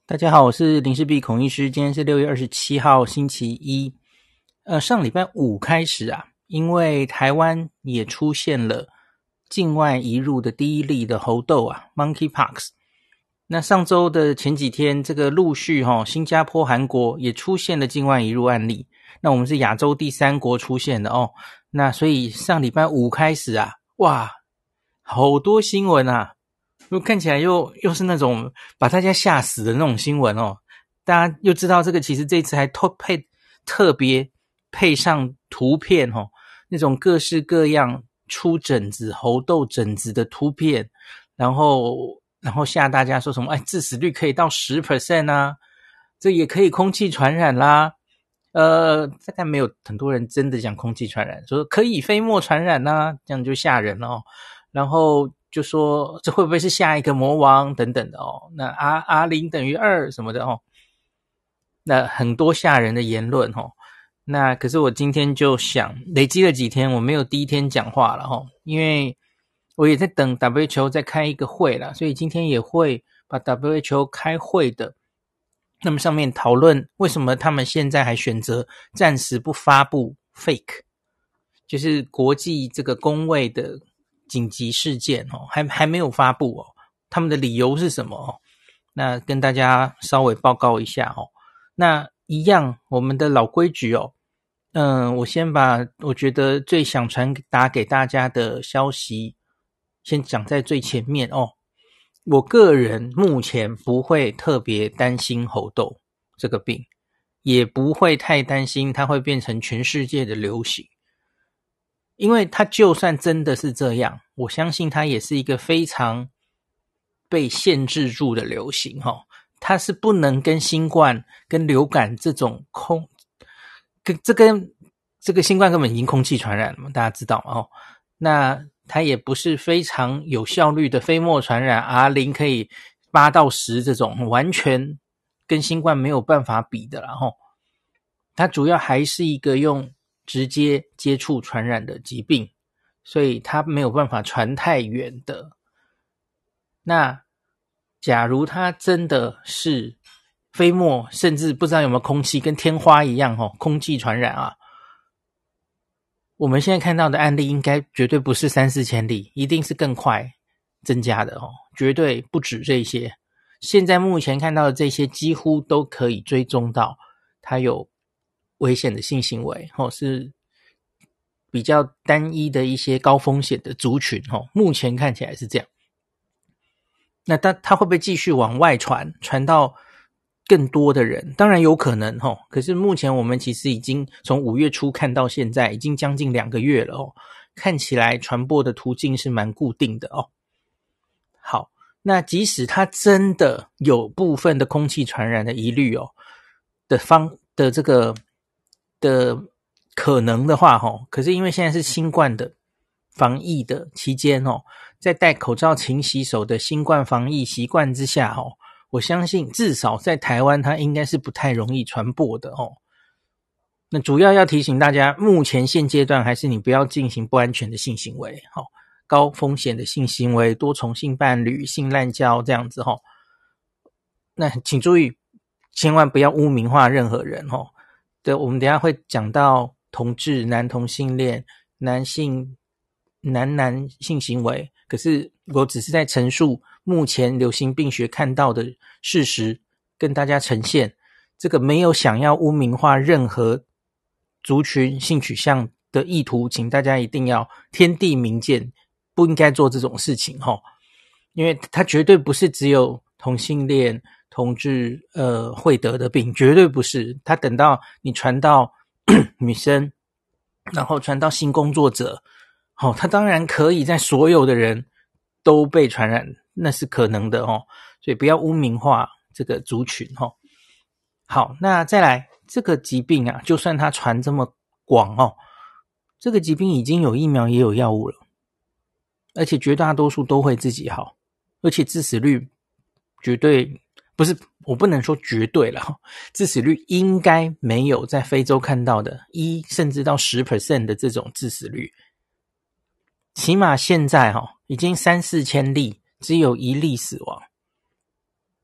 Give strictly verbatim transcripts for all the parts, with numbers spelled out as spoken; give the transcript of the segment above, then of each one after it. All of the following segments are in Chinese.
大家好，我是林氏璧孔医师，今天是六月二十七号星期一。呃，上礼拜五开始啊，因为台湾也出现了境外移入的第一例的猴痘啊 Monkeypox。那上周的前几天，这个陆续齁，新加坡、韩国也出现了境外移入案例。那我们是亚洲第三国出现的哦。那所以上礼拜五开始啊，哇，好多新闻啊。又看起来又又是那种把大家吓死的那种新闻哦，大家又知道这个其实这次还特配特别配上图片哦，那种各式各样出疹子、猴痘疹子的图片，然后然后吓大家说什么哎，致死率可以到 百分之十 啊，这也可以空气传染啦。呃，大概没有很多人真的讲空气传染，说可以飞沫传染啊，这样就吓人了哦。然后就说这会不会是下一个魔王等等的哦，那 R R 零 等于二什么的哦，那很多吓人的言论哦。那可是我今天就想累积了几天，我没有第一天讲话了哦，因为我也在等 W H O 再开一个会啦，所以今天也会把 W H O 开会的那么上面讨论为什么他们现在还选择暂时不发布 fake， 就是国际这个公卫的紧急事件哦，还还没有发布哦，他们的理由是什么哦？那跟大家稍微报告一下哦。那一样我们的老规矩哦，嗯，我先把我觉得最想传达给大家的消息先讲在最前面哦。我个人目前不会特别担心猴痘这个病，也不会太担心它会变成全世界的流行。因为它就算真的是这样，我相信它也是一个非常被限制住的流行齁，它是不能跟新冠跟流感这种空跟这跟这个新冠根本已经空气传染了嘛，大家知道哦。那它也不是非常有效率的飞沫传染 R 零 可以八到十这种完全跟新冠没有办法比的啦齁。它主要还是一个用直接接触传染的疾病，所以它没有办法传太远的。那假如它真的是飞沫，甚至不知道有没有空气，跟天花一样哦，空气传染啊，我们现在看到的案例应该绝对不是三四千例，一定是更快增加的哦，绝对不止这些。现在目前看到的这些几乎都可以追踪到它有危险的性行为齁，是比较单一的一些高风险的族群齁，目前看起来是这样。那它它会不会继续往外传，传到更多的人？当然有可能齁，可是目前我们其实已经从五月初看到现在，已经将近两个月了哦，看起来传播的途径是蛮固定的哦。好，那即使它真的有部分的空气传染的疑虑哦的方的这个的可能的话齁，可是因为现在是新冠的防疫的期间哦，在戴口罩勤洗手的新冠防疫习惯之下哦，我相信至少在台湾它应该是不太容易传播的哦。那主要要提醒大家，目前现阶段还是你不要进行不安全的性行为哦，高风险的性行为，多重性伴侣、性滥交这样子齁。那请注意，千万不要污名化任何人齁。对，我们等一下会讲到同志、男同性恋、男性男男性行为，可是我只是在陈述目前流行病学看到的事实，跟大家呈现，这个没有想要污名化任何族群性取向的意图，请大家一定要天地明鉴，不应该做这种事情齁，因为它绝对不是只有同性恋同志呃会得的病，绝对不是。它等到你传到女生，然后传到性工作者，好、哦，它当然可以在所有的人都被传染，那是可能的哦。所以不要污名化这个族群哦。好，那再来这个疾病啊，就算它传这么广哦，这个疾病已经有疫苗也有药物了，而且绝大多数都会自己好，而且致死率绝对不是，我不能说绝对了，致死率应该没有在非洲看到的一甚至到 百分之十 的这种致死率。起码现在齁，已经三四千例，只有一例死亡。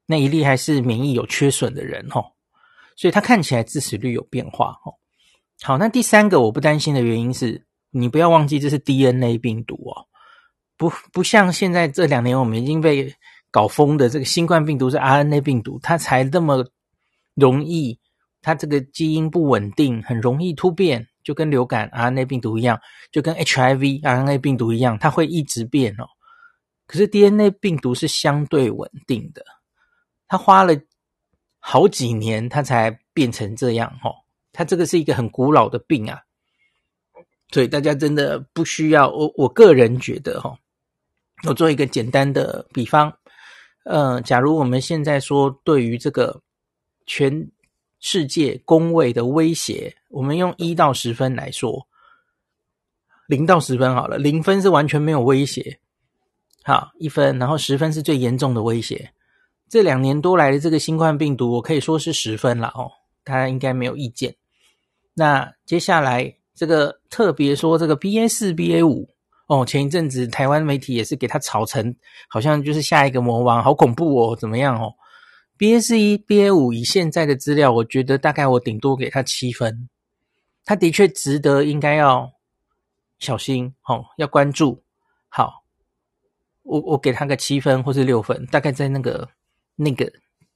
那一例还是免疫有缺损的人齁，所以他看起来致死率有变化齁。好，那第三个我不担心的原因是，你不要忘记这是 D N A 病毒哦，不不像现在这两年我们已经被搞疯的这个新冠病毒是 R N A 病毒，它才那么容易，它这个基因不稳定，很容易突变，就跟流感 R N A 病毒一样，就跟 H I V R N A 病毒一样，它会一直变哦。可是 D N A 病毒是相对稳定的，它花了好几年它才变成这样哦。它这个是一个很古老的病啊，所以大家真的不需要，我我个人觉得齁，我做一个简单的比方，呃，假如我们现在说对于这个全世界公卫的威胁，我们用一到十分来说，零到十分好了，零分是完全没有威胁，好，一分，然后十分是最严重的威胁。这两年多来的这个新冠病毒，我可以说是十分啦哦，大家应该没有意见。那接下来这个特别说这个 B A 四 B A 五 哦，前一阵子台湾媒体也是给它炒成好像就是下一个魔王，好恐怖哦，怎么样哦。B A 四 B A 五 以现在的资料，我觉得大概我顶多给它七分，它的确值得应该要小心哦，要关注。好，我我给它个七分或是六分，大概在那个那个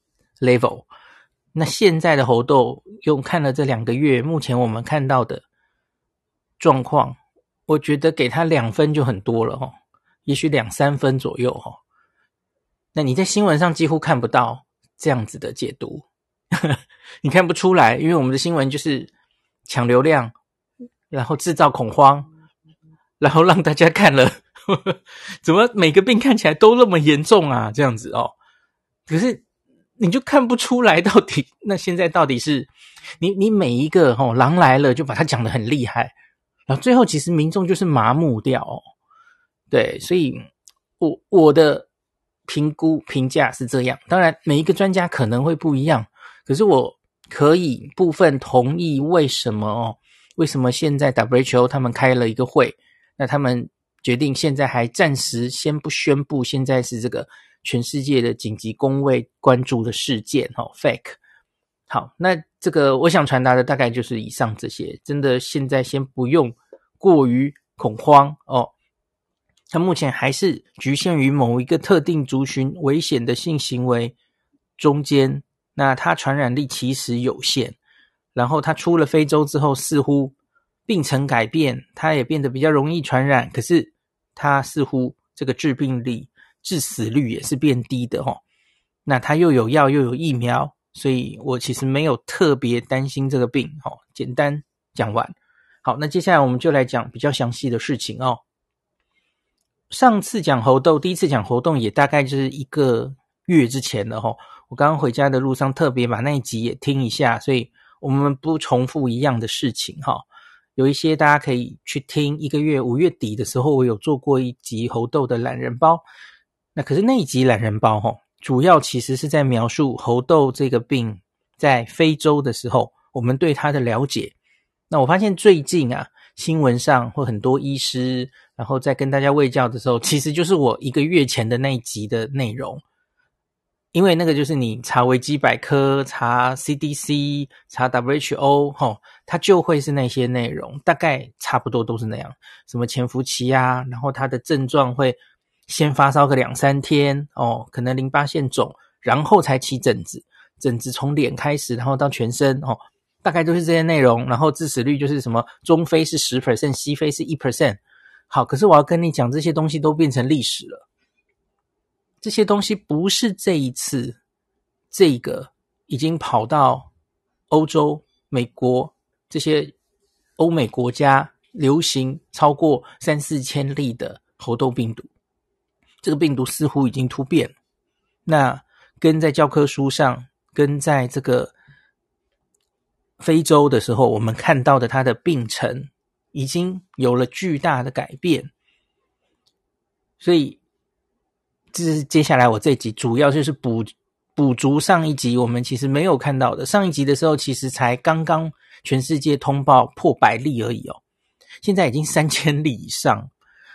level。那现在的猴痘用看了这两个月，目前我们看到的状况，我觉得给它两分就很多了齁，也许两三分左右齁。那你在新闻上几乎看不到这样子的解读，你看不出来，因为我们的新闻就是抢流量，然后制造恐慌，然后让大家看了怎么每个病看起来都那么严重啊，这样子哦。可是你就看不出来到底那现在到底是你你每一个齁狼来了就把它讲得很厉害，然后最后其实民众就是麻木掉哦。对，所以我我的评估评价是这样，当然每一个专家可能会不一样，可是我可以部分同意为什么哦，为什么现在 W H O 他们开了一个会，那他们决定现在还暂时先不宣布现在是这个全世界的紧急公卫关注的事件哦 fake。 好，那这个我想传达的大概就是以上这些，真的现在先不用过于恐慌哦，它目前还是局限于某一个特定族群危险的性行为中间，那它传染力其实有限，然后它出了非洲之后似乎病程改变，它也变得比较容易传染，可是它似乎这个致病力致死率也是变低的齁。那它又有药又有疫苗，所以我其实没有特别担心这个病齁。简单讲完，好，那接下来我们就来讲比较详细的事情哦。上次讲猴痘，第一次讲猴痘也大概就是一个月之前了齁。我刚刚回家的路上特别把那一集也听一下，所以我们不重复一样的事情齁。有一些大家可以去听，一个月五月底的时候我有做过一集猴痘的懒人包，那可是那一集懒人包齁，主要其实是在描述猴痘这个病在非洲的时候我们对它的了解。那我发现最近啊新闻上或很多医师然后在跟大家卫教的时候，其实就是我一个月前的那一集的内容，因为那个就是你查维基百科查 C D C 查 W H O 齁，它就会是那些内容，大概差不多都是那样，什么潜伏期啊，然后它的症状会先发烧个两三天哦，可能淋巴腺肿，然后才起疹子，疹子从脸开始然后到全身哦，大概都是这些内容，然后致死率就是什么中非是 百分之十 西非是 百分之一。 好，可是我要跟你讲这些东西都变成历史了，这些东西不是这一次这个已经跑到欧洲美国这些欧美国家流行超过三四千例的猴痘病毒，这个病毒似乎已经突变了，那跟在教科书上跟在这个非洲的时候我们看到的它的病程已经有了巨大的改变，所以这是接下来我这一集主要就是补补足上一集我们其实没有看到的。上一集的时候其实才刚刚全世界通报破百例而已哦，现在已经三千例以上，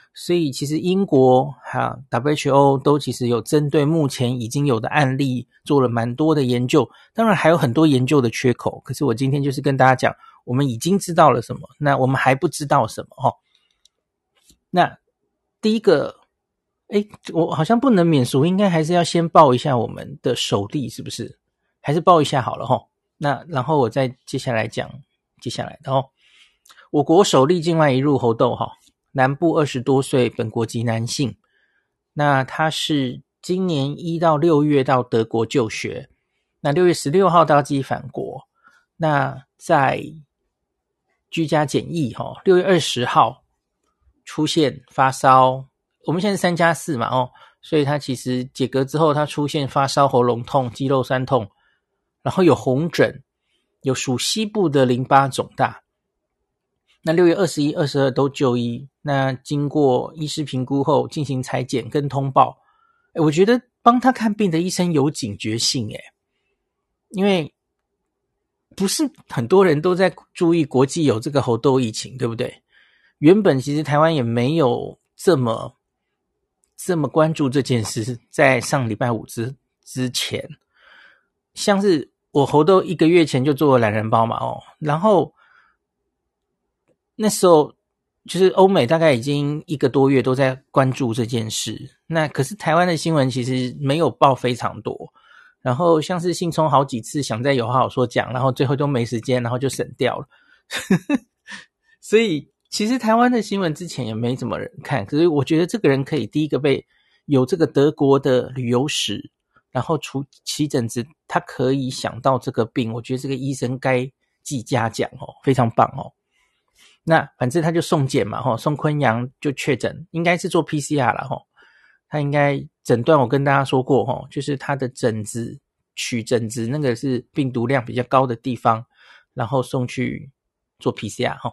所以其实英国还有 W H O 都其实有针对目前已经有的案例做了蛮多的研究，当然还有很多研究的缺口，可是我今天就是跟大家讲我们已经知道了什么，那我们还不知道什么齁。那第一个诶我好像不能免俗，应该还是要先报一下我们的首例，是不是？还是报一下好了齁。那然后我再接下来讲接下来的齁。我国首例境外移入猴痘齁，南部二十多岁本国籍男性，那他是今年一到六月到德国就学，那六月十六号到机返国，那在居家检疫齁，六月二十号出现发烧，我们现在是三加四嘛哦，所以他其实解隔之后他出现发烧、喉咙痛、肌肉酸痛，然后有红疹，有属西部的淋巴肿大。那六月二十一、二十二都就医，那经过医师评估后进行采检跟通报。诶我觉得帮他看病的医生有警觉性诶，因为不是很多人都在注意国际有这个猴痘疫情，对不对？原本其实台湾也没有这么这么关注这件事，在上礼拜五之之前，像是我猴痘一个月前就做了懒人包嘛哦，然后那时候就是欧美大概已经一个多月都在关注这件事，那可是台湾的新闻其实没有报非常多，然后像是信聪好几次想在有好好说讲，然后最后都没时间，然后就省掉了所以其实台湾的新闻之前也没怎么人看，可是我觉得这个人可以第一个被有这个德国的旅游史，然后除起疹子他可以想到这个病，我觉得这个医生该记嘉奖哦，非常棒哦。那反正他就送检嘛齁，宋坤阳就确诊，应该是做 P C R 啦齁，他应该诊断我跟大家说过齁，就是他的疹子取疹子那个是病毒量比较高的地方，然后送去做 P C R 齁。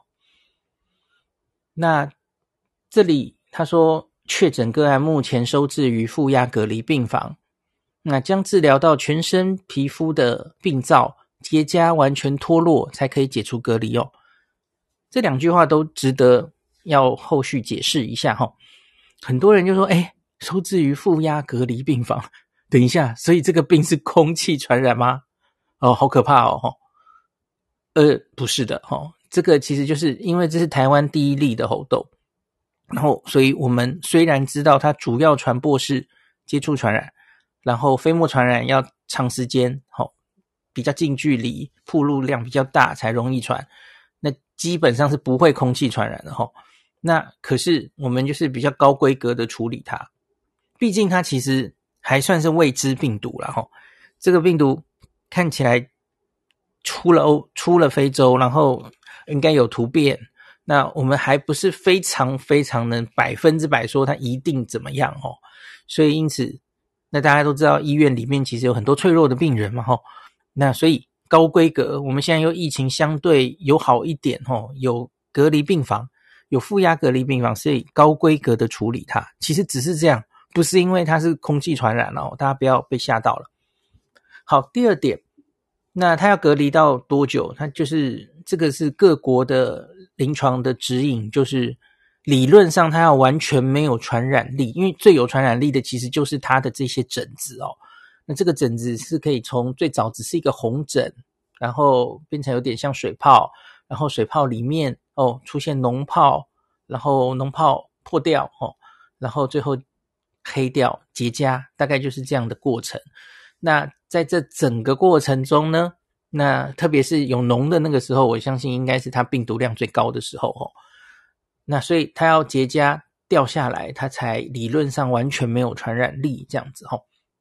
那这里他说确诊个案目前收治于负压隔离病房，那将治疗到全身皮肤的病灶结痂完全脱落才可以解除隔离哦。这两句话都值得要后续解释一下齁。很多人就说诶收治于负压隔离病房，等一下，所以这个病是空气传染吗？哦，好可怕哦齁。呃不是的齁，这个其实就是因为这是台湾第一例的猴痘，然后所以我们虽然知道它主要传播是接触传染，然后飞沫传染要长时间齁，比较近距离，暴露量比较大才容易传，那基本上是不会空气传染的齁。那可是我们就是比较高规格的处理它，毕竟它其实还算是未知病毒啦齁。这个病毒看起来出了欧出了非洲，然后应该有突变，那我们还不是非常非常能百分之百说它一定怎么样齁。所以因此那大家都知道医院里面其实有很多脆弱的病人嘛齁，那所以高规格，我们现在又疫情相对有好一点齁，有隔离病房，有负压隔离病房，所以高规格的处理它，其实只是这样，不是因为它是空气传染哦，大家不要被吓到了。好，第二点，那它要隔离到多久？它就是这个是各国的临床的指引，就是理论上它要完全没有传染力，因为最有传染力的其实就是它的这些疹子哦。那这个疹子是可以从最早只是一个红疹，然后变成有点像水泡，然后水泡里面哦出现脓泡，然后脓泡破掉哦，然后最后黑掉结痂，大概就是这样的过程。那在这整个过程中呢，那特别是有脓的那个时候，我相信应该是它病毒量最高的时候哦。那所以它要结痂掉下来，它才理论上完全没有传染力这样子哦。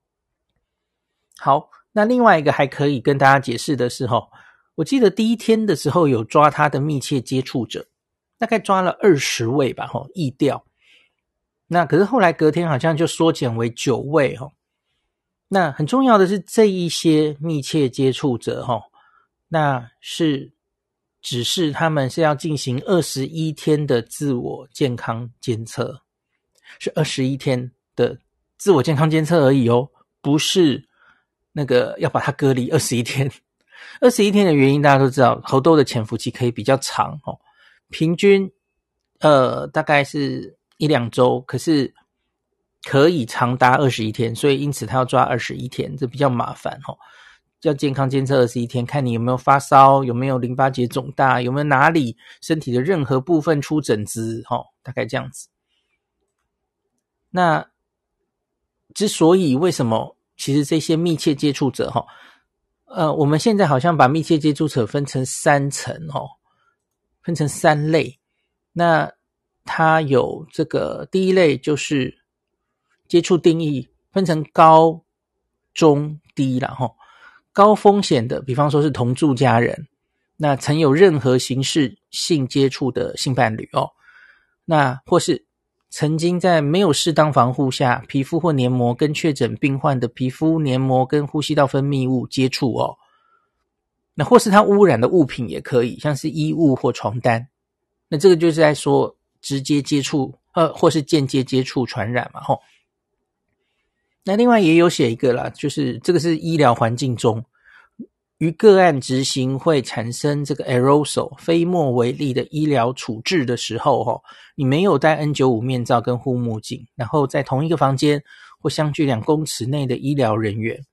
好，那另外一个还可以跟大家解释的是齁，我记得第一天的时候有抓他的密切接触者，大概抓了二十位吧齁，疫调。那可是后来隔天好像就缩减为九位齁。那很重要的是这一些密切接触者齁，那是指示他们是要进行二十一天的自我健康监测，是二十一天的自我健康监测而已哦，不是那个要把它隔离二十一天。二十一天的原因大家都知道，猴痘的潜伏期可以比较长哦，平均呃大概是一两周，可是可以长达二十一天，所以因此他要抓二十一天，这比较麻烦齁。叫健康监测二十一天，看你有没有发烧，有没有淋巴结肿大，有没有哪里身体的任何部分出疹子齁，大概这样子。那之所以为什么其实这些密切接触者齁，呃，我们现在好像把密切接触者分成三层齁，分成三类。那它有这个第一类就是接触定义分成高、中、低啦齁。高风险的，比方说是同住家人，那曾有任何形式性接触的性伴侣哦，那或是曾经在没有适当防护下，皮肤或黏膜跟确诊病患的皮肤、黏膜跟呼吸道分泌物接触哦，那或是它污染的物品也可以，像是衣物或床单，那这个就是在说直接接触，呃，或是间接接触传染嘛，吼。那另外也有写一个啦，就是这个是医疗环境中于个案执行会产生这个 aerosol 飞沫微粒的医疗处置的时候齁，你没有戴 N 九十五 面罩跟护目镜，然后在同一个房间或相距两公尺内的医疗人员。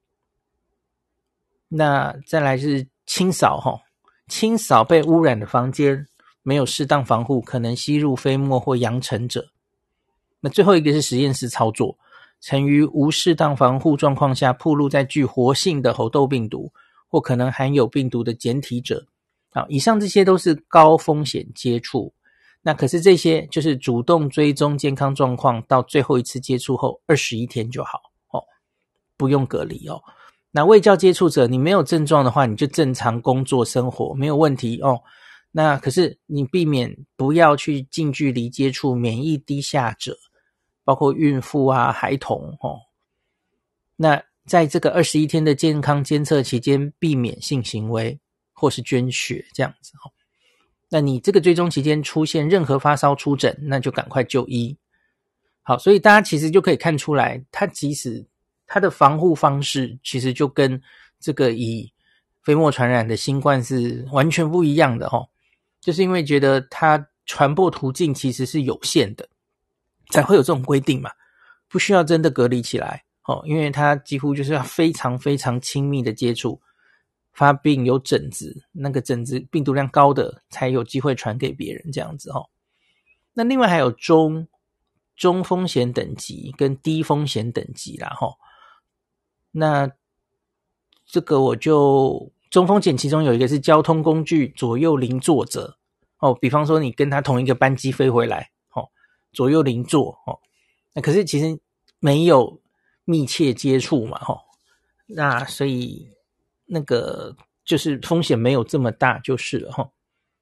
那再来是清扫齁，清扫被污染的房间，没有适当防护可能吸入飞沫或扬尘者。那最后一个是实验室操作，曾于无适当防护状况下暴露在具活性的猴痘病毒或可能含有病毒的检体者。好，以上这些都是高风险接触。那可是这些就是主动追踪健康状况到最后一次接触后二十一天就好哦，不用隔离哦。那卫教接触者，你没有症状的话，你就正常工作生活没有问题哦。那可是你避免不要去近距离接触免疫低下者，包括孕妇啊、孩童哦。那在这个二十一天的健康监测期间，避免性行为或是捐血这样子哦。那你这个追踪期间出现任何发烧出疹，那就赶快就医。好，所以大家其实就可以看出来，它即使它的防护方式其实就跟这个以飞沫传染的新冠是完全不一样的哦。就是因为觉得它传播途径其实是有限的，才会有这种规定嘛，不需要真的隔离起来哦，因为它几乎就是要非常非常亲密的接触，发病有疹子，那个疹子病毒量高的才有机会传给别人这样子哦。那另外还有中中风险等级跟低风险等级啦齁。那这个我就中风险其中有一个是交通工具左右邻座者哦，比方说你跟他同一个班机飞回来哦，左右邻座哦，那可是其实没有密切接触嘛齁，那所以那个就是风险没有这么大就是了齁。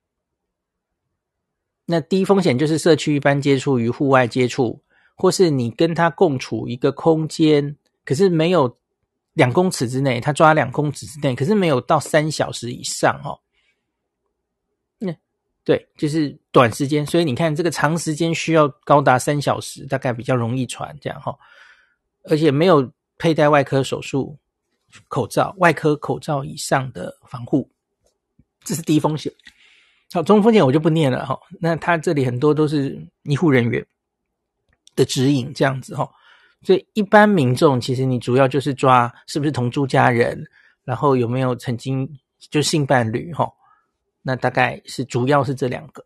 那低风险就是社区一般接触与户外接触，或是你跟他共处一个空间，可是没有两公尺之内，他抓两公尺之内，可是没有到三小时以上哦。那对，就是短时间，所以你看这个长时间需要高达三小时，大概比较容易传这样哈、哦。而且没有佩戴外科手术口罩、外科口罩以上的防护，这是低风险。好，中风险我就不念了哈。那他这里很多都是医护人员的指引这样子哈。所以一般民众其实你主要就是抓是不是同住家人，然后有没有曾经就性伴侣齁，那大概是主要是这两个。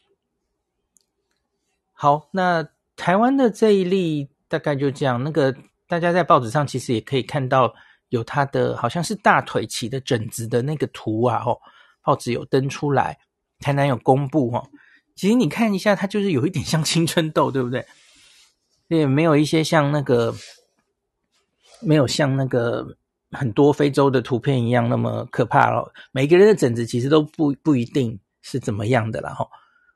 好，那台湾的这一例大概就这样，那个大家在报纸上其实也可以看到有他的好像是大腿起的疹子的那个图啊齁，报纸有登出来，台南有公布齁。其实你看一下，它就是有一点像青春痘，对不对？也没有一些像那个没有像那个很多非洲的图片一样那么可怕了。每个人的疹子其实都不不一定是怎么样的啦齁。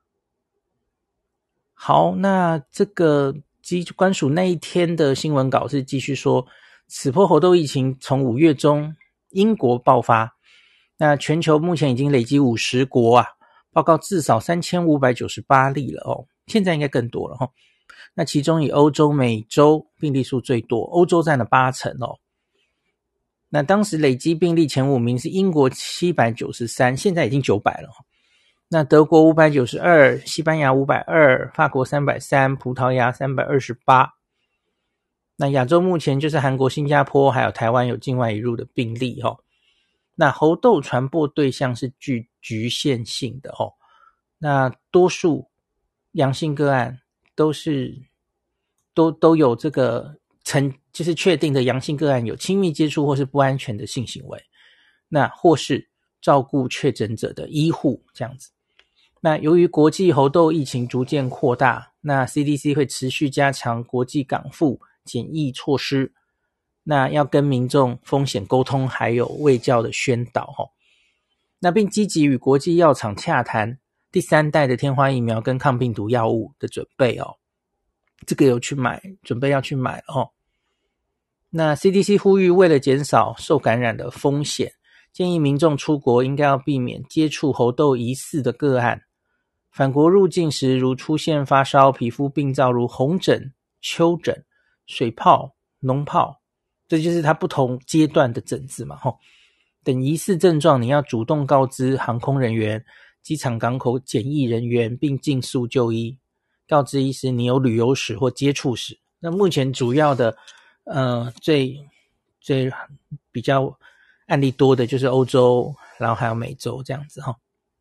好，那这个机关署那一天的新闻稿是继续说，此波猴痘疫情从五月中英国爆发，那全球目前已经累积五十国啊，报告至少三千五百九十八例了哦，现在应该更多了齁。那其中以欧洲、美洲病例数最多，欧洲占了八成哦。那当时累积病例前五名是英国七百九十三，现在已经九百了。 那德国五百九十二，西班牙五百二，法国三百三，葡萄牙三百二十八。那亚洲目前就是韩国、新加坡还有台湾有境外移入的病例哦。那猴痘传播对象是具局限性的哦。那多数阳性个案都是都都有这个曾就是确定的阳性个案有亲密接触或是不安全的性行为，那或是照顾确诊者的医护这样子。那由于国际猴痘疫情逐渐扩大，那 C D C 会持续加强国际港埠检疫措施，那要跟民众风险沟通还有卫教的宣导哦。那并积极与国际药厂洽谈第三代的天花疫苗跟抗病毒药物的准备哦。这个有去买，准备要去买哦。那 C D C 呼吁为了减少受感染的风险，建议民众出国应该要避免接触猴痘疑似的个案。返国入境时如出现发烧、皮肤病灶如红疹、丘疹、水泡、脓泡，这就是它不同阶段的疹子嘛吼。等疑似症状，你要主动告知航空人员、机场港口检疫人员，并尽速就医，告知医师你有旅游史或接触史。那目前主要的呃最最比较案例多的就是欧洲，然后还有美洲这样子齁。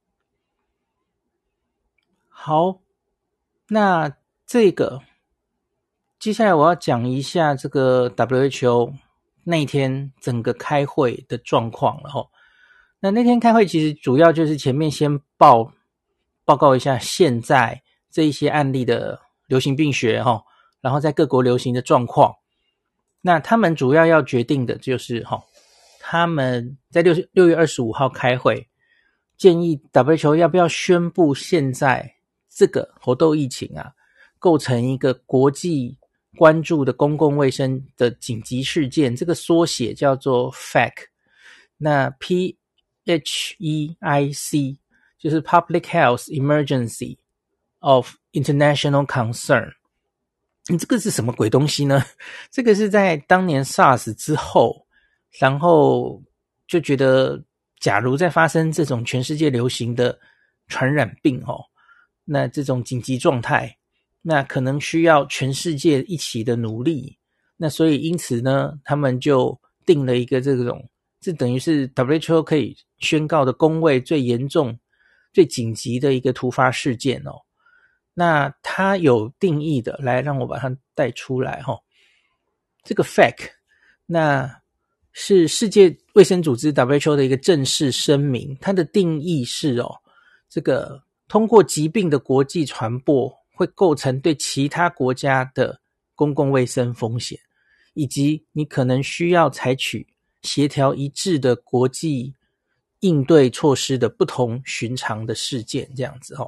好，那这个接下来我要讲一下这个 W H O 那天整个开会的状况了齁。那那天开会其实主要就是前面先报报告一下现在这一些案例的流行病学齁，然后在各国流行的状况。那他们主要要决定的就是齁，他们在六月二十五号开会，建议 W H O 要不要宣布现在这个猴痘疫情啊，构成一个国际关注的公共卫生的紧急事件，这个缩写叫做 F E C。 那 P H E I C 就是 Public Health Emergency of International Concern。这个是什么鬼东西呢？这个是在当年 SARS 之后，然后就觉得假如再发生这种全世界流行的传染病哦，那这种紧急状态，那可能需要全世界一起的努力。那所以因此呢，他们就定了一个这种，这等于是 W H O 可以宣告的公卫最严重最紧急的一个突发事件哦。那它有定义的，来让我把它带出来齁。这个 F E C 那是世界卫生组织 W H O 的一个正式声明，它的定义是哦，这个通过疾病的国际传播会构成对其他国家的公共卫生风险，以及你可能需要采取协调一致的国际应对措施的不同寻常的事件这样子齁。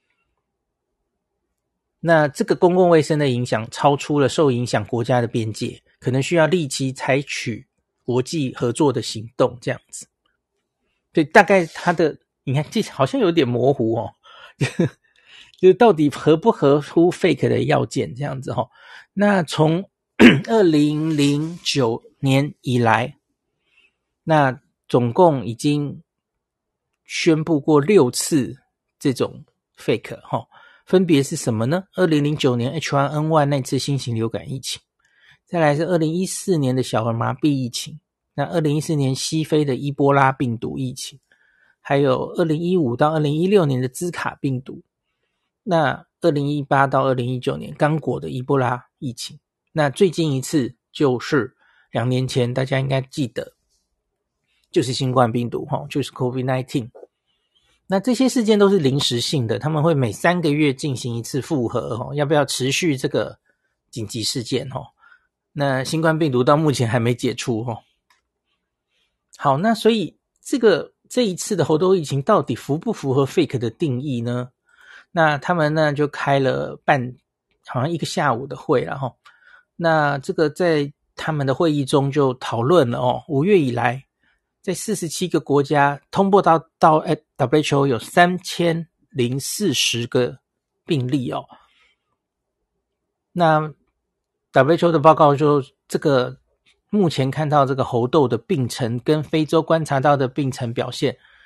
那这个公共卫生的影响超出了受影响国家的边界，可能需要立即采取国际合作的行动这样子。对，大概它的你看这好像有点模糊哦，就到底合不合乎 F E C 的要件这样子哦。那从二零零九年以来，那总共已经宣布过六次这种 F E C 齁。分别是什么呢？二零零九年 H 一 N 一 那次新型流感疫情，再来是二零一四年的小儿麻痹疫情，那二零一四年西非的伊波拉病毒疫情，还有二零一五到二零一六年的兹卡病毒，那二零一八到二零一九年刚果的伊波拉疫情，那最近一次就是两年前，大家应该记得，就是新冠病毒就是 COVID 十九。那这些事件都是临时性的，他们会每三个月进行一次复核，要不要持续这个紧急事件？那新冠病毒到目前还没解除。好，那所以这个这一次的猴痘疫情到底符不符合 F E C 的定义呢？那他们呢就开了半好像一个下午的会啦齁。那这个在他们的会议中就讨论了哦，五月以来在四十七个国家通报到到 W H O 有三千零四十个病例哦。那 W H O 的报告就这个目前看到这个猴痘的病程跟非洲观察到的病程表现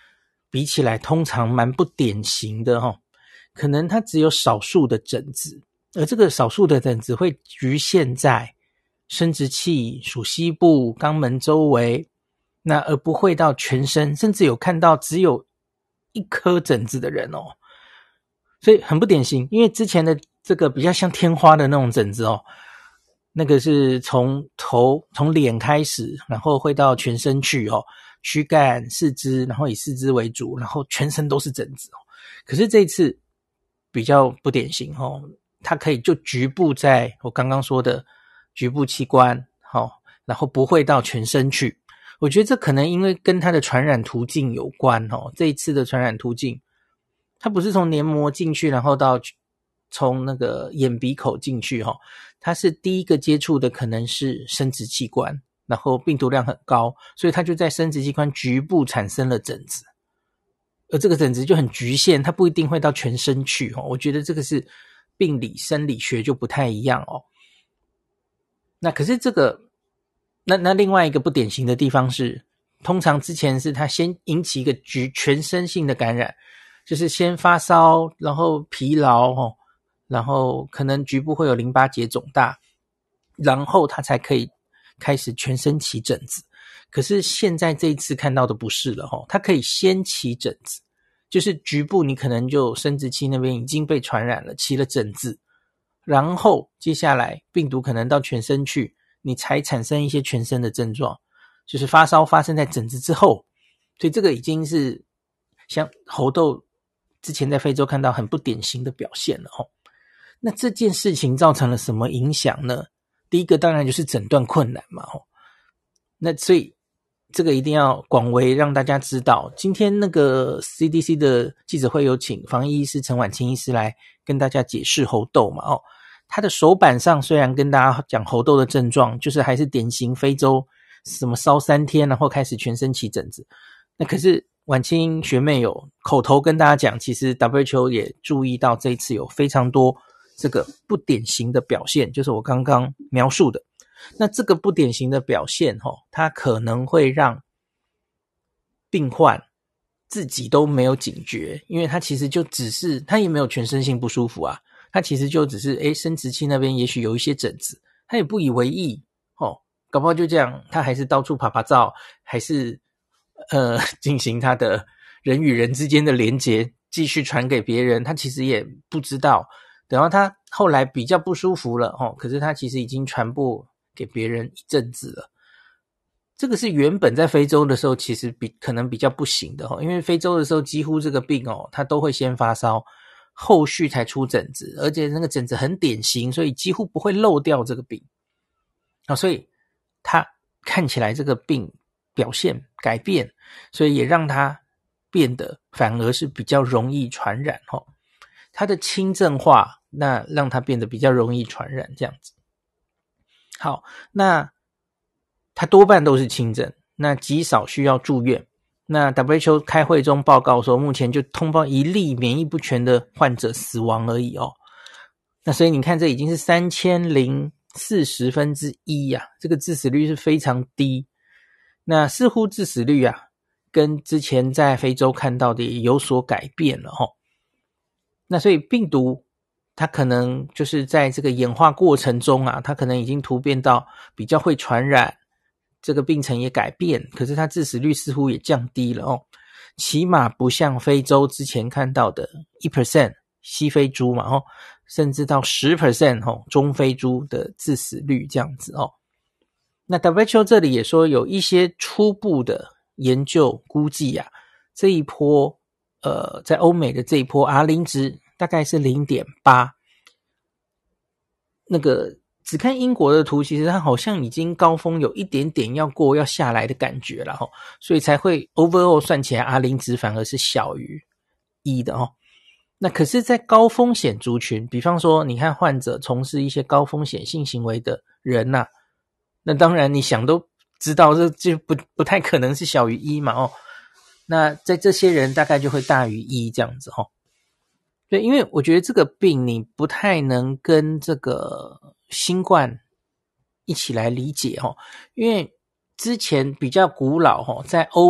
比起来通常蛮不典型的齁，可能它只有少数的疹子，而这个少数的疹子会局限在生殖器、属膝部、肛门周围，那而不会到全身，甚至有看到只有一颗疹子的人哦，所以很不典型。因为之前的这个比较像天花的那种疹子哦，那个是从头从脸开始，然后会到全身去哦，躯干、四肢，然后以四肢为主，然后全身都是疹子哦。可是这一次比较不典型哦，它可以就局部在我刚刚说的局部器官，好、哦，然后不会到全身去。我觉得这可能因为跟它的传染途径有关哦。这一次的传染途径，它不是从黏膜进去，然后到从那个眼鼻口进去哈、哦，它是第一个接触的可能是生殖器官，然后病毒量很高，所以它就在生殖器官局部产生了疹子。而这个疹子就很局限，它不一定会到全身去哦。我觉得这个是病理生理学就不太一样哦。那可是这个那那另外一个不典型的地方是，通常之前是它先引起一个局全身性的感染，就是先发烧，然后疲劳哦，然后可能局部会有淋巴结肿大，然后它才可以开始全身起疹子。可是现在这一次看到的不是了齁，它可以先起疹子，就是局部你可能就生殖器那边已经被传染了，起了疹子，然后接下来病毒可能到全身去，你才产生一些全身的症状，就是发烧发生在疹子之后。所以这个已经是像猴痘之前在非洲看到很不典型的表现了齁。那这件事情造成了什么影响呢？第一个当然就是诊断困难嘛齁。那所以这个一定要广为让大家知道。今天那个 C D C 的记者会有请防疫医师陈婉清医师来跟大家解释猴痘嘛哦，他的手板上虽然跟大家讲猴痘的症状，就是还是典型非洲什么烧三天然后开始全身起疹子，那可是婉清学妹有口头跟大家讲，其实 W H O 也注意到这一次有非常多这个不典型的表现，就是我刚刚描述的。那这个不典型的表现齁，它可能会让病患自己都没有警觉，因为他其实就只是他也没有全身性不舒服啊，他其实就只是诶生殖器那边也许有一些疹子，他也不以为意齁，搞不好就这样他还是到处爬爬照，还是呃进行他的人与人之间的连结，继续传给别人，他其实也不知道，等到他后来比较不舒服了齁，可是他其实已经传播给别人一阵子了。这个是原本在非洲的时候其实比可能比较不行的齁，因为非洲的时候几乎这个病哦，它都会先发烧，后续才出疹子，而且那个疹子很典型，所以几乎不会漏掉这个病。啊，所以它看起来这个病表现改变，所以也让它变得反而是比较容易传染齁。它的轻症化，那让它变得比较容易传染这样子。好，那它多半都是轻症，那极少需要住院。那 W H O 开会中报告说，目前就通报一例免疫不全的患者死亡而已哦。那所以你看，这已经是三千零四十分之一呀，这个致死率是非常低。那似乎致死率啊，跟之前在非洲看到的也有所改变了齁。那所以病毒它可能就是在这个演化过程中啊，它可能已经突变到比较会传染，这个病程也改变，可是它致死率似乎也降低了哦，起码不像非洲之前看到的 百分之一 西非猪嘛哦，甚至到 百分之十 哦中非猪的致死率这样子哦。那 W H O 这里也说有一些初步的研究估计啊，这一波呃在欧美的这一波 R 零 值大概是 零点八， 那个只看英国的图，其实它好像已经高峰有一点点要过要下来的感觉了齁，所以才会 overall 算起来 R 零 值反而是小于一的齁。那可是在高风险族群，比方说你看患者从事一些高风险性行为的人啊，那当然你想都知道这就不不太可能是小于一嘛哦。那在这些人大概就会大于一这样子齁。对，因为我觉得这个病你不太能跟这个新冠一起来理解齁，因为之前比较古老齁，在欧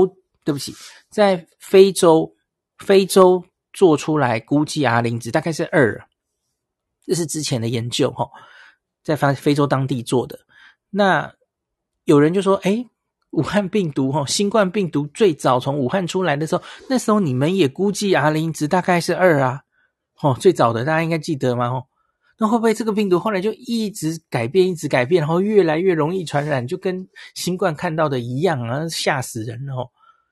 对不起，在非洲非洲做出来估计 R 零 值大概是二，这是之前的研究齁，在非洲当地做的。那有人就说诶武汉病毒齁，新冠病毒最早从武汉出来的时候，那时候你们也估计 R 零 值大概是二啊，齁，最早的大家应该记得吗齁？那会不会这个病毒后来就一直改变一直改变，然后越来越容易传染，就跟新冠看到的一样啊，吓死人了齁。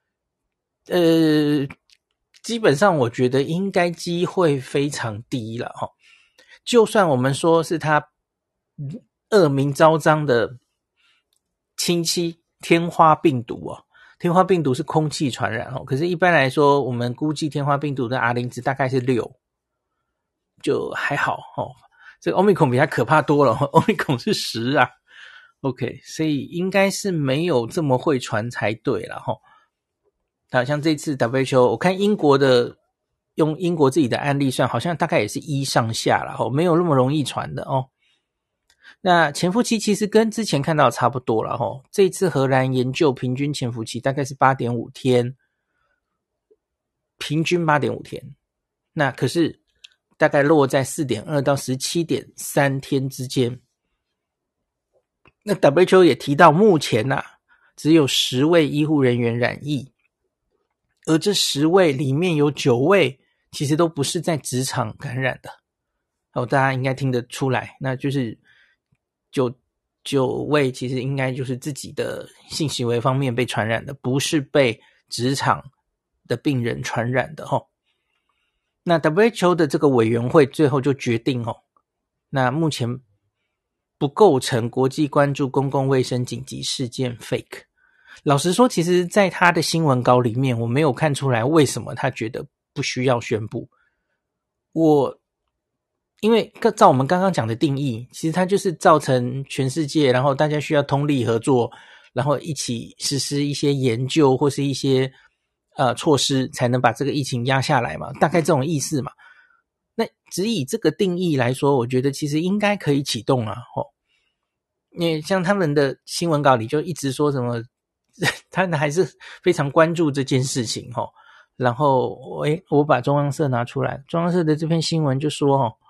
呃基本上我觉得应该机会非常低了齁。就算我们说是他恶名昭彰的亲戚天花病毒哦，天花病毒是空气传染哦，可是一般来说我们估计天花病毒的 R 零 值大概是六，就还好哦。这个 Omicron 比它可怕多了 ，Omicron 是十啊 ，OK， 所以应该是没有这么会传才对啦齁。好像这次 W H O 我看英国的用英国自己的案例算，好像大概也是一上下啦齁，没有那么容易传的哦。那潜伏期其实跟之前看到差不多了齁，这次荷兰研究平均潜伏期大概是 八点五 天，平均 八点五 天，那可是大概落在 四点二 到 十七点三 天之间。那 W H O 也提到目前啊只有十位医护人员染疫，而这十位里面有九位其实都不是在职场感染的哦，大家应该听得出来，那就是九九位其实应该就是自己的性行为方面被传染的，不是被职场的病人传染的齁。那 W H O 的这个委员会最后就决定齁，那目前不构成国际关注公共卫生紧急事件 fake。 老实说其实在他的新闻稿里面我没有看出来为什么他觉得不需要宣布。我因为照我们刚刚讲的定义，其实它就是造成全世界然后大家需要通力合作，然后一起实施一些研究或是一些呃措施才能把这个疫情压下来嘛，大概这种意思嘛。那只以这个定义来说，我觉得其实应该可以启动啊齁。因为像他们的新闻稿里就一直说什么他们还是非常关注这件事情齁。然后诶我把中央社拿出来，中央社的这篇新闻就说齁，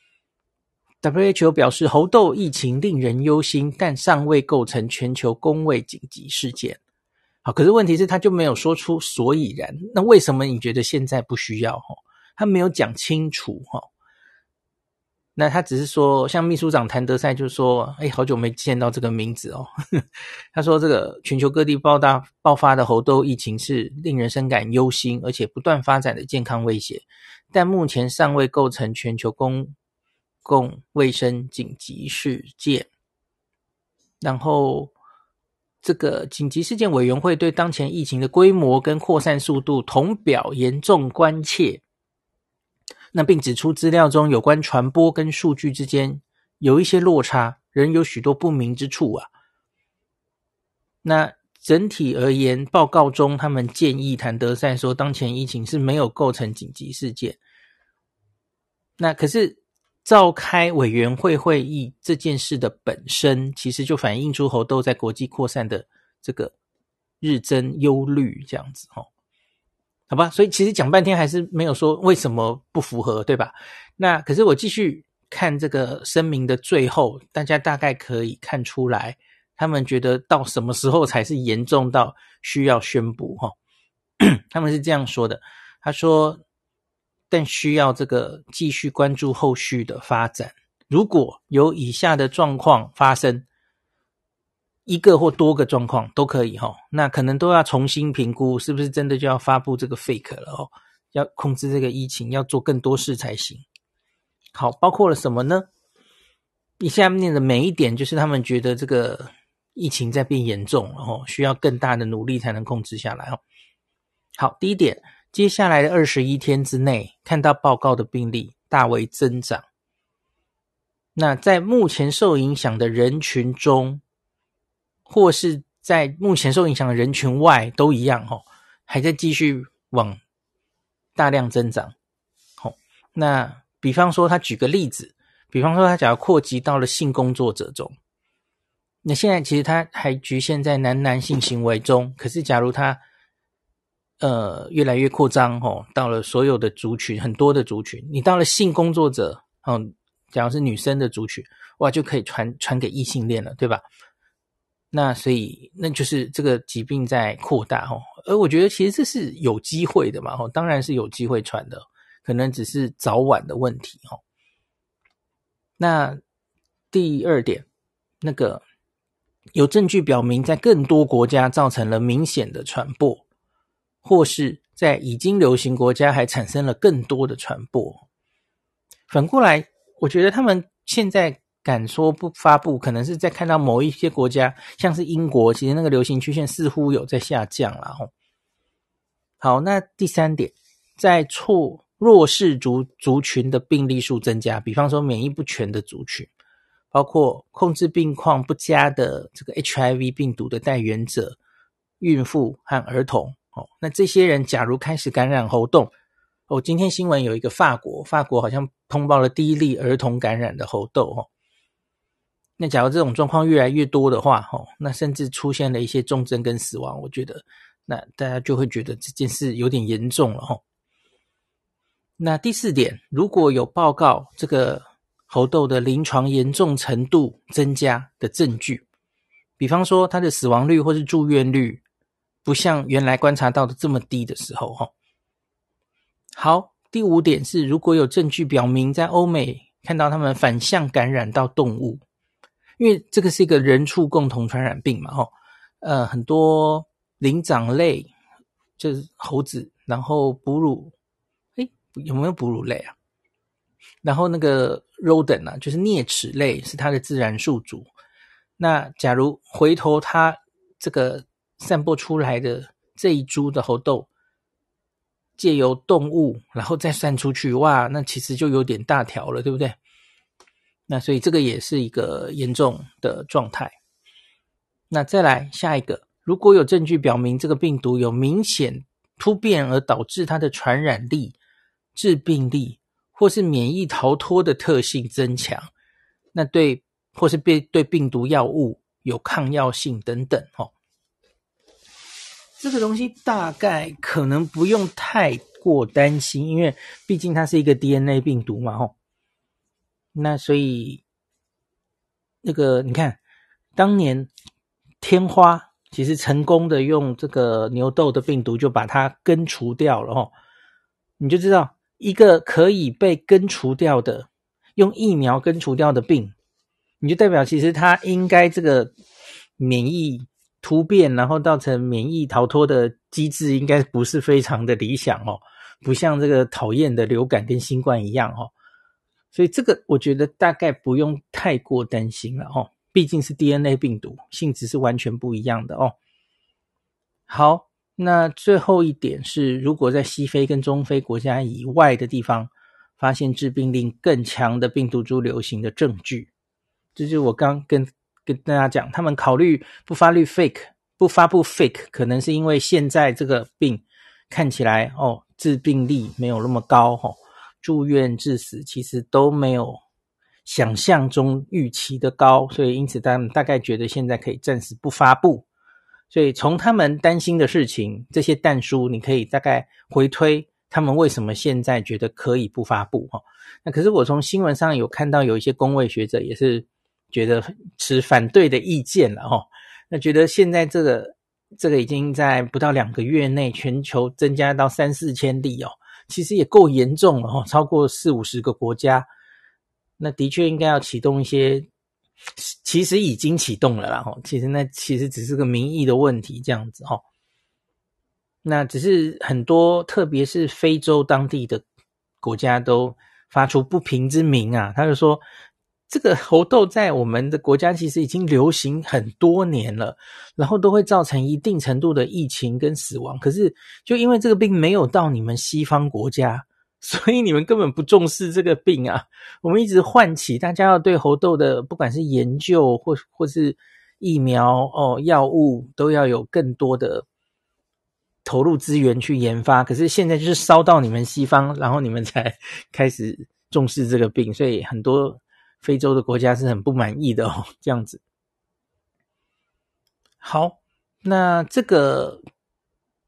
W H O 表示猴痘疫情令人忧心，但尚未构成全球公卫紧急事件。好，可是问题是他就没有说出所以然，那为什么你觉得现在不需要齁？他没有讲清楚齁。那他只是说像秘书长谭德赛就说诶好久没见到这个名字哦他说这个全球各地爆大爆发的猴痘疫情是令人深感忧心而且不断发展的健康威胁，但目前尚未构成全球公共卫生紧急事件。然后这个紧急事件委员会对当前疫情的规模跟扩散速度同表严重关切，那并指出资料中有关传播跟数据之间有一些落差，仍有许多不明之处啊。那整体而言，报告中他们建议谭德赛说当前疫情是没有构成紧急事件。那可是召开委员会会议这件事的本身其实就反映出猴痘在国际扩散的这个日增忧虑这样子齁。好吧，所以其实讲半天还是没有说为什么不符合，对吧？那可是我继续看这个声明的最后，大家大概可以看出来他们觉得到什么时候才是严重到需要宣布齁。他们是这样说的，他说但需要这个继续关注后续的发展，如果有以下的状况发生，一个或多个状况都可以齁，那可能都要重新评估是不是真的就要发布这个 fake 了齁，要控制这个疫情要做更多事才行。好，包括了什么呢？以下面的每一点就是他们觉得这个疫情在变严重了齁，需要更大的努力才能控制下来齁。好，第一点，接下来的二十一天之内看到报告的病例大为增长，那在目前受影响的人群中或是在目前受影响的人群外都一样齁，还在继续往大量增长齁。那比方说他举个例子，比方说他假如扩及到了性工作者中，那现在其实他还局限在男男性行为中，可是假如他呃越来越扩张哦，到了所有的族群，很多的族群，你到了性工作者哦，假如是女生的族群，哇，就可以传传给异性恋了，对吧？那所以那就是这个疾病在扩大哦，而我觉得其实这是有机会的嘛哦，当然是有机会传的，可能只是早晚的问题哦。那第二点，那个有证据表明在更多国家造成了明显的传播，或是在已经流行国家还产生了更多的传播。反过来，我觉得他们现在敢说不发布，可能是在看到某一些国家，像是英国，其实那个流行曲线似乎有在下降啦齁。好，那第三点，在错弱势族族群的病例数增加，比方说免疫不全的族群，包括控制病况不佳的这个 H I V 病毒的带原者、孕妇和儿童。哦，那这些人假如开始感染猴痘，哦，今天新闻有一个法国，法国好像通报了第一例儿童感染的猴痘。哦，那假如这种状况越来越多的话，哦，那甚至出现了一些重症跟死亡，我觉得那大家就会觉得这件事有点严重了。哦，那第四点，如果有报告这个猴痘的临床严重程度增加的证据，比方说它的死亡率或是住院率不像原来观察到的这么低的时候。好，第五点是，如果有证据表明在欧美看到他们反向感染到动物，因为这个是一个人畜共同传染病嘛，呃，很多灵长类就是猴子，然后哺乳，诶，有没有哺乳类啊？然后那个 rodent 啊，就是啮齿类是它的自然宿主。那假如回头它这个散播出来的这一株的猴痘借由动物然后再散出去，哇，那其实就有点大条了，对不对？那所以这个也是一个严重的状态。那再来下一个，如果有证据表明这个病毒有明显突变而导致它的传染力、致病力或是免疫逃脱的特性增强，那对或是对病毒药物有抗药性等等。哦，这个东西大概可能不用太过担心，因为毕竟它是一个 D N A 病毒嘛。哦，那所以那个你看当年天花其实成功的用这个牛痘的病毒就把它根除掉了。哦，你就知道一个可以被根除掉的用疫苗根除掉的病，你就代表其实它应该这个免疫突变然后造成免疫逃脱的机制应该不是非常的理想哦，不像这个讨厌的流感跟新冠一样哦，所以这个我觉得大概不用太过担心了哦，毕竟是 D N A 病毒，性质是完全不一样的哦。好，那最后一点是，如果在西非跟中非国家以外的地方发现致病力更强的病毒株流行的证据，这就是我刚跟跟大家讲，他们考虑不发布 fake 不发布 fake 可能是因为现在这个病看起来哦致病力没有那么高哦，住院致死其实都没有想象中预期的高，所以因此他们大概觉得现在可以暂时不发布。所以从他们担心的事情，这些但书你可以大概回推他们为什么现在觉得可以不发布。那可是我从新闻上有看到有一些公卫学者也是觉得持反对的意见了齁，那觉得现在这个这个已经在不到两个月内全球增加到三四千例哦，其实也够严重了齁，超过四五十个国家，那的确应该要启动一些，其实已经启动了啦齁，其实那其实只是个民意的问题这样子齁。那只是很多特别是非洲当地的国家都发出不平之鸣啊，他就说这个猴痘在我们的国家其实已经流行很多年了，然后都会造成一定程度的疫情跟死亡，可是就因为这个病没有到你们西方国家，所以你们根本不重视这个病啊。我们一直唤起大家要对猴痘的不管是研究或或是疫苗哦药物都要有更多的投入资源去研发，可是现在就是烧到你们西方，然后你们才开始重视这个病，所以很多非洲的国家是很不满意的哦，这样子。好，那这个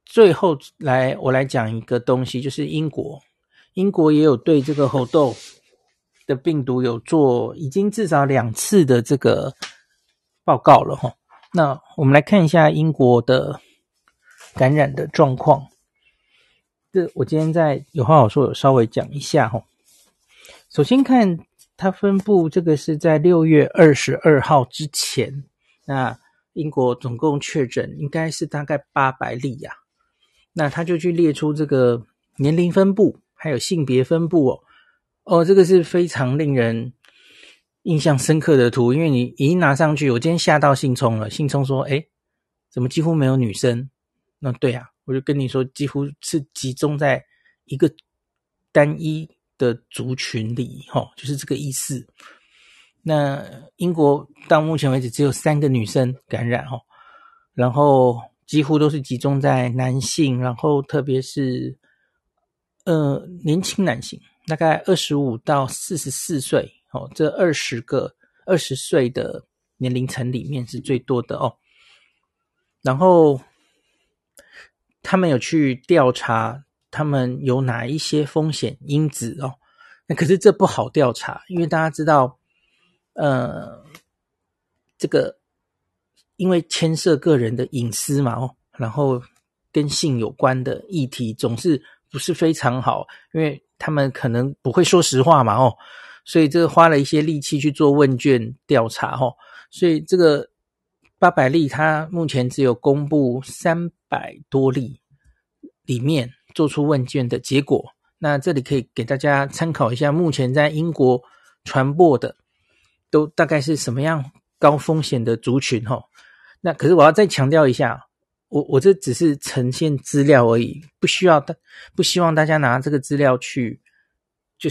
最后来我来讲一个东西，就是英国，英国也有对这个猴痘的病毒有做已经至少两次的这个报告了齁。那我们来看一下英国的感染的状况。这我今天在有话好说有稍微讲一下齁。首先看它分布，这个是在六月二十二号之前，那英国总共确诊应该是大概八百例啊。那他就去列出这个年龄分布还有性别分布哦。哦，这个是非常令人印象深刻的图，因为你一拿上去，我今天吓到信聪了。信聪说诶怎么几乎没有女生？那对啊，我就跟你说几乎是集中在一个单一的族群里齁，就是这个意思。那英国到目前为止只有三个女生感染齁，然后几乎都是集中在男性，然后特别是呃年轻男性，大概二十五到四十四岁哦，这二十个二十岁的年龄层里面是最多的哦。然后他们有去调查他们有哪一些风险因子哦，那可是这不好调查，因为大家知道呃这个因为牵涉个人的隐私嘛哦，然后跟性有关的议题总是不是非常好，因为他们可能不会说实话嘛哦，所以这个花了一些力气去做问卷调查哦，所以这个八百例它目前只有公布三百多例里面做出问卷的结果。那这里可以给大家参考一下，目前在英国传播的都大概是什么样高风险的族群齁。那可是我要再强调一下，我我这只是呈现资料而已，不需要不希望大家拿这个资料去就是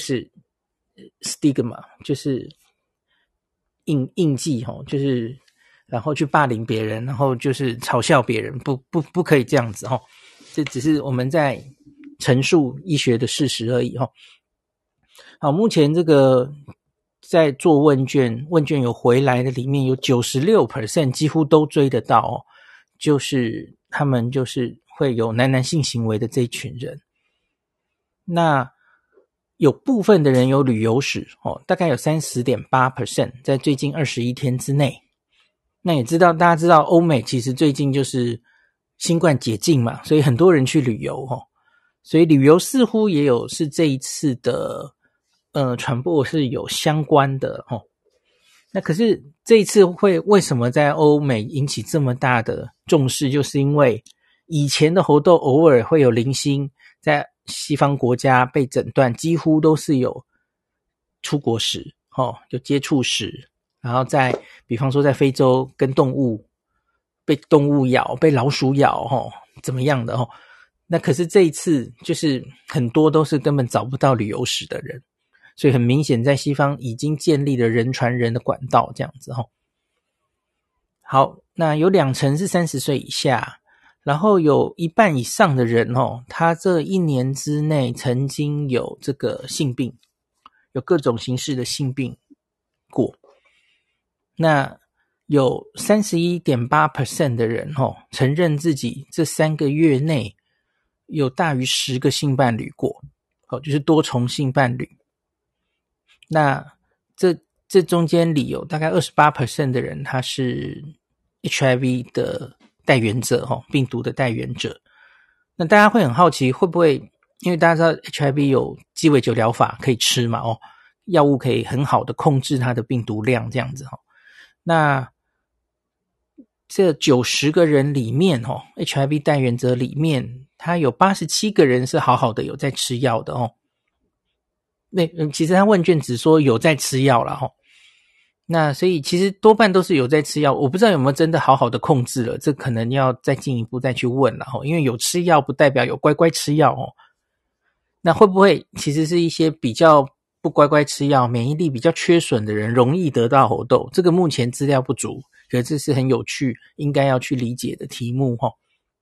stigma 就是印印记齁，就是然后去霸凌别人，然后就是嘲笑别人，不不不可以这样子齁。这只是我们在陈述医学的事实而已齁。好，目前这个在做问卷，问卷有回来的里面有 百分之九十六 几乎都追得到哦，就是他们就是会有男男性行为的这一群人。那有部分的人有旅游史哦，大概有 百分之三十点八 在最近二十一天之内。那也知道大家知道欧美其实最近就是新冠解禁嘛，所以很多人去旅游哦，所以旅游似乎也有是这一次的呃传播是有相关的哦。那可是这一次会为什么在欧美引起这么大的重视，就是因为以前的猴痘偶尔会有零星在西方国家被诊断，几乎都是有出国史哦，有接触史，然后在比方说在非洲跟动物被动物咬，被老鼠咬齁，怎么样的齁。那可是这一次就是很多都是根本找不到旅游史的人，所以很明显在西方已经建立了人传人的管道这样子齁。好，那有两成是三十岁以下，然后有一半以上的人齁，他这一年之内曾经有这个性病，有各种形式的性病过。那有 百分之三十一点八 的人齁，承认自己这三个月内有大于十个性伴侣过，哦，就是多重性伴侣。那这这中间里有大概 百分之二十八 的人他是 H I V 的带原者齁，病毒的带原者。那大家会很好奇会不会，因为大家知道 H I V 有鸡尾酒疗法可以吃嘛哦，药物可以很好的控制它的病毒量这样子齁。那这九十个人里面齁 H I V 带原者里面他有八十七个人是好好的有在吃药的哦。那其实他问卷只说有在吃药啦齁。那所以其实多半都是有在吃药，我不知道有没有真的好好的控制了，这可能要再进一步再去问了齁，因为有吃药不代表有乖乖吃药哦。那会不会其实是一些比较不乖乖吃药，免疫力比较缺损的人容易得到猴痘？这个目前资料不足，可是这是很有趣应该要去理解的题目齁。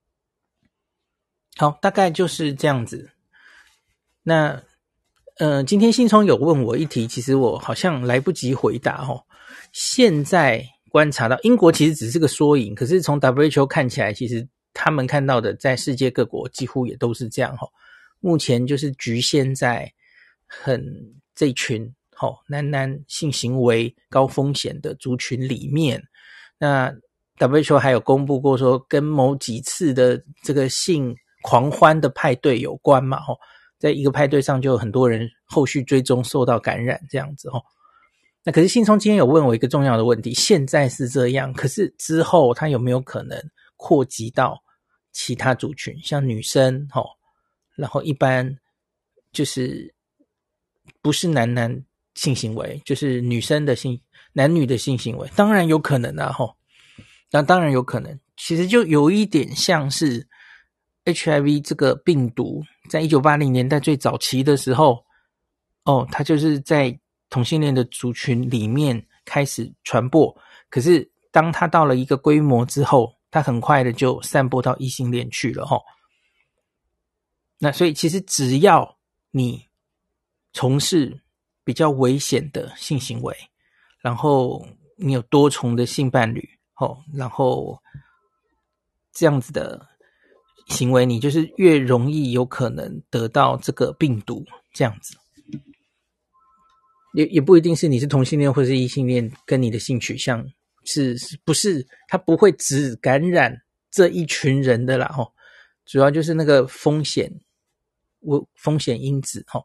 好，大概就是这样子。那呃，今天信聪有问我一题，其实我好像来不及回答齁。现在观察到英国其实只是个缩影，可是从 W H O 看起来其实他们看到的在世界各国几乎也都是这样齁。目前就是局限在很这群齁男男性行为高风险的族群里面。那 W H O 还有公布过说跟某几次的这个性狂欢的派对有关嘛齁，在一个派对上就有很多人后续追踪受到感染这样子齁。那可是信聪今天有问我一个重要的问题，现在是这样，可是之后它有没有可能扩及到其他族群，像女生齁，然后一般就是不是男男性行为，就是女生的性男女的性行为，当然有可能啊齁。那当然有可能，其实就有一点像是 H I V 这个病毒在一九八零年代最早期的时候，哦，它就是在同性恋的族群里面开始传播，可是当它到了一个规模之后，它很快的就散播到异性恋去了齁。那所以其实只要你从事比较危险的性行为，然后你有多重的性伴侣齁，然后这样子的行为，你就是越容易有可能得到这个病毒这样子。也也不一定是你是同性恋或是异性恋，跟你的性取向是不是它不会只感染这一群人的啦齁，主要就是那个风险风险因子齁。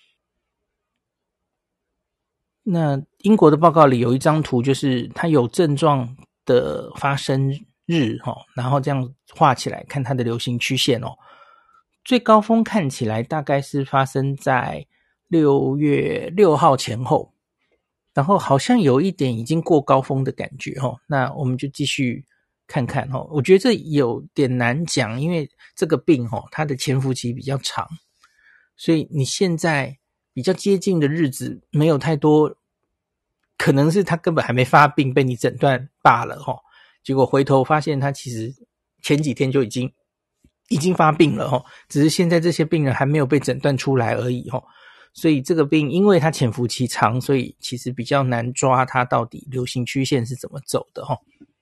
那英国的报告里有一张图，就是它有症状的发生日齁，然后这样画起来看它的流行曲线哦。最高峰看起来大概是发生在六月六号前后，然后好像有一点已经过高峰的感觉齁。那我们就继续看看齁。我觉得这有点难讲，因为这个病齁它的潜伏期比较长，所以你现在比较接近的日子没有太多，可能是他根本还没发病被你诊断罢了齁，结果回头发现他其实前几天就已经已经发病了齁，只是现在这些病人还没有被诊断出来而已齁。所以这个病因为它潜伏期长，所以其实比较难抓它到底流行曲线是怎么走的齁。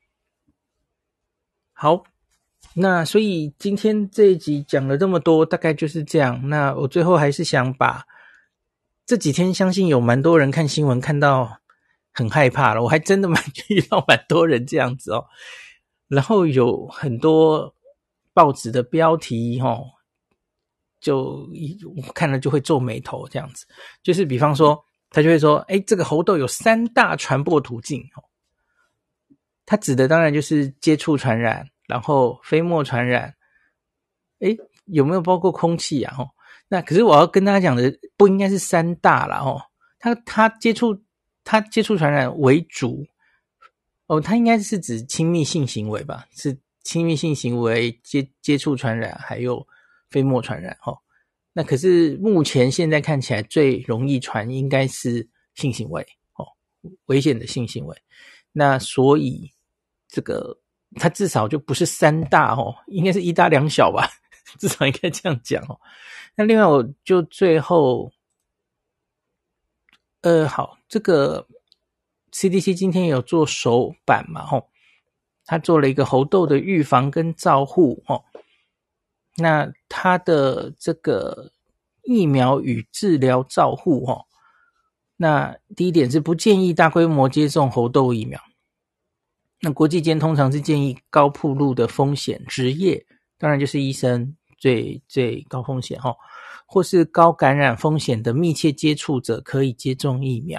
好，那所以今天这一集讲了这么多，大概就是这样。那我最后还是想把这几天相信有蛮多人看新闻看到很害怕了，我还真的蛮遇到蛮多人这样子哦。然后有很多报纸的标题齁，就我看了就会皱眉头这样子。就是比方说他就会说，诶，这个猴痘有三大传播途径齁。它指的当然就是接触传染，然后飞沫传染，诶，有没有包括空气啊齁？那可是我要跟大家讲的不应该是三大啦齁，它它接触它接触传染为主哦，它应该是指亲密性行为吧，是亲密性行为接接触传染还有飞沫传染齁。那可是目前现在看起来最容易传应该是性行为齁，危险的性行为。那所以这个它至少就不是三大齁，应该是一大两小吧，至少应该这样讲齁。那另外我就最后呃好，这个 C D C 今天有做手版嘛齁，他做了一个猴痘的预防跟照护齁。那他的这个疫苗与治疗照护齁，那第一点是不建议大规模接种猴痘疫苗。那国际间通常是建议高暴露的风险职业，当然就是医生最最高风险齁，或是高感染风险的密切接触者可以接种疫苗。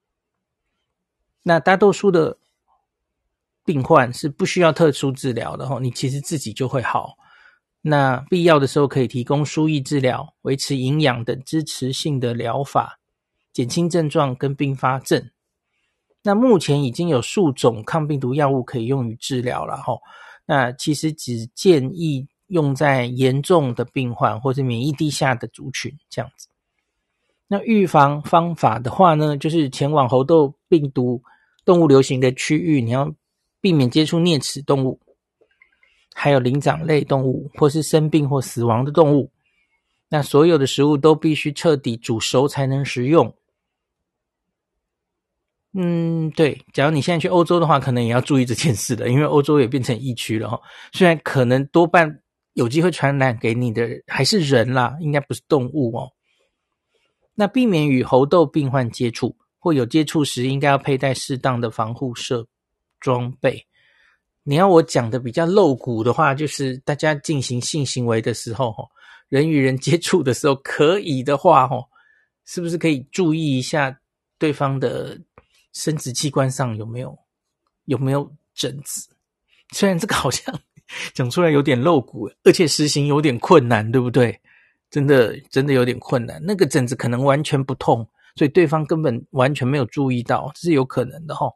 那大多数的病患是不需要特殊治疗的齁，你其实自己就会好。那必要的时候可以提供输液治疗、维持营养等支持性的疗法，减轻症状跟并发症。那目前已经有数种抗病毒药物可以用于治疗了齁，那其实只建议用在严重的病患或是免疫低下的族群这样子。那预防方法的话呢，就是前往猴痘病毒动物流行的区域，你要避免接触啮齿动物，还有灵长类动物或是生病或死亡的动物。那所有的食物都必须彻底煮熟才能食用。 嗯，对，假如你现在去欧洲的话，可能也要注意这件事了，因为欧洲也变成疫区了哈。虽然可能多半有机会传染给你的还是人啦，应该不是动物哦。那避免与猴痘病患接触，或有接触时，应该要佩戴适当的防护设装备。你要我讲的比较露骨的话，就是大家进行性行为的时候，人与人接触的时候，可以的话，是不是可以注意一下对方的生殖器官上有没有有没有疹子？虽然这个好像讲出来有点露骨，而且实行有点困难，对不对？真的真的有点困难。那个疹子可能完全不痛，所以对方根本完全没有注意到，这是有可能的齁。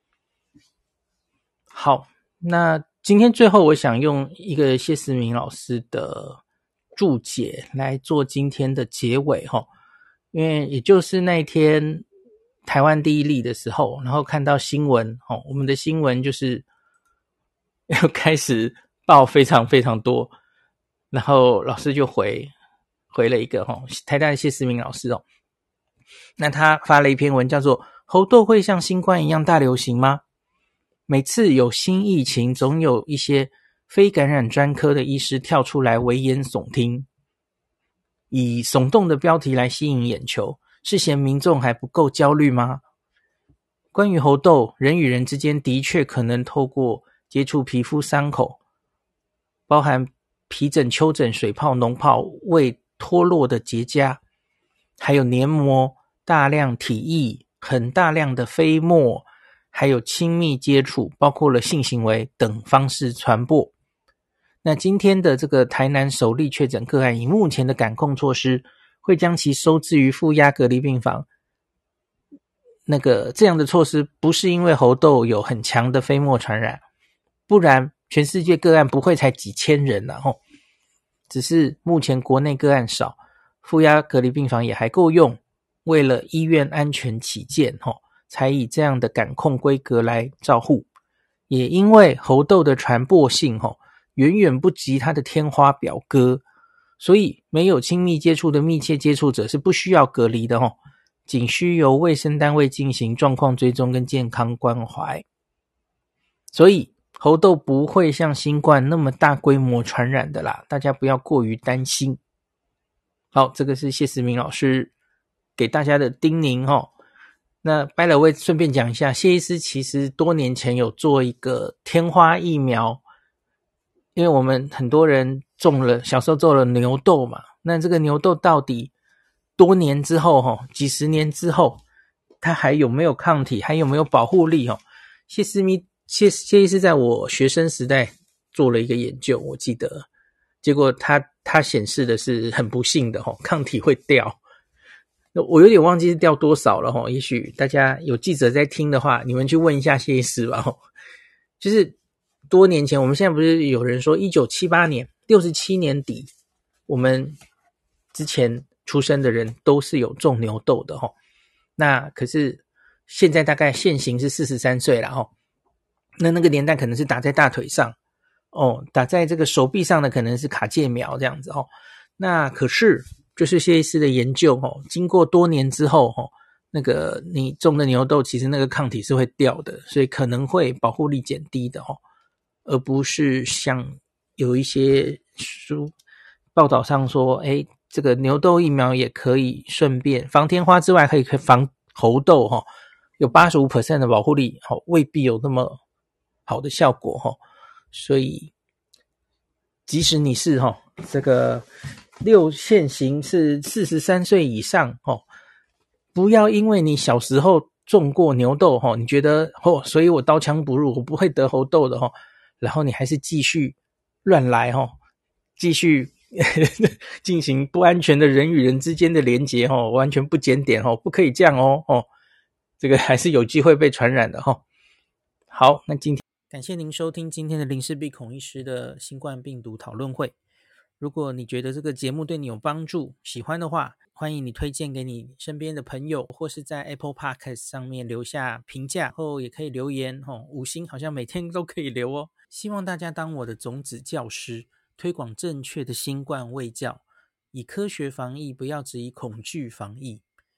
好，那今天最后我想用一个谢思明老师的注解来做今天的结尾齁。因为也就是那一天台湾第一例的时候，然后看到新闻齁，我们的新闻就是又开始报非常非常多，然后老师就回回了一个齁，台大的谢思明老师哦，那他发了一篇文叫做猴痘会像新冠一样大流行吗？每次有新疫情，总有一些非感染专科的医师跳出来危言耸听，以耸动的标题来吸引眼球，是嫌民众还不够焦虑吗？关于猴痘，人与人之间的确可能透过接触皮肤伤口，包含皮疹、丘疹、水泡、脓泡、未脱落的结痂，还有黏膜、大量体液、很大量的飞沫，还有亲密接触，包括了性行为等方式传播。那今天的这个台南首例确诊个案，以目前的感控措施，会将其收治于负压隔离病房。那个这样的措施不是因为猴痘有很强的飞沫传染，不然全世界个案不会才几千人啊，吼，只是目前国内个案少，负压隔离病房也还够用，为了医院安全起见，吼，才以这样的感控规格来照护。也因为猴痘的传播性，吼，远远不及它的天花表哥，所以没有亲密接触的密切接触者是不需要隔离的，吼，仅需由卫生单位进行状况追踪跟健康关怀。所以猴痘不会像新冠那么大规模传染的啦，大家不要过于担心。好，这个是谢思明老师给大家的叮咛齁。那by the way，顺便讲一下，谢医师其实多年前有做一个天花疫苗，因为我们很多人中了，小时候中了牛痘嘛，那这个牛痘到底多年之后齁，几十年之后，它还有没有抗体，还有没有保护力齁？谢思明谢谢医师在我学生时代做了一个研究，我记得，结果他他显示的是很不幸的齁，抗体会掉。我有点忘记是掉多少了齁，也许大家有记者在听的话，你们去问一下谢医师吧齁。就是多年前，我们现在不是有人说一九七八年六十七年底，我们之前出生的人都是有中牛痘的齁。那可是现在大概现行是四十三岁了齁。那那个年代可能是打在大腿上哦，打在这个手臂上的可能是卡介苗这样子齁。那可是就是谢医师的研究齁，经过多年之后齁，那个你中的牛痘其实那个抗体是会掉的，所以可能会保护力减低的齁，而不是像有一些书报道上说，诶，这个牛痘疫苗也可以顺便防天花之外可以防猴痘齁，有 百分之八十五 的保护力齁，未必有那么好的效果齁，所以即使你是齁这个六现行是四十三岁以上齁，不要因为你小时候中过牛痘齁，你觉得齁，所以我刀枪不入，我不会得猴痘的齁，然后你还是继续乱来齁，继续进行不安全的人与人之间的连结齁，完全不检点齁，不可以这样哦齁，这个还是有机会被传染的齁。好，那今天感谢您收听今天的林氏璧孔医师的新冠病毒讨论会。如果你觉得这个节目对你有帮助，喜欢的话，欢迎你推荐给你身边的朋友，或是在 Apple Podcast 上面留下评价，后也可以留言齁，五星好像每天都可以留哦。希望大家当我的种子教师，推广正确的新冠卫教，以科学防疫，不要只以恐惧防疫。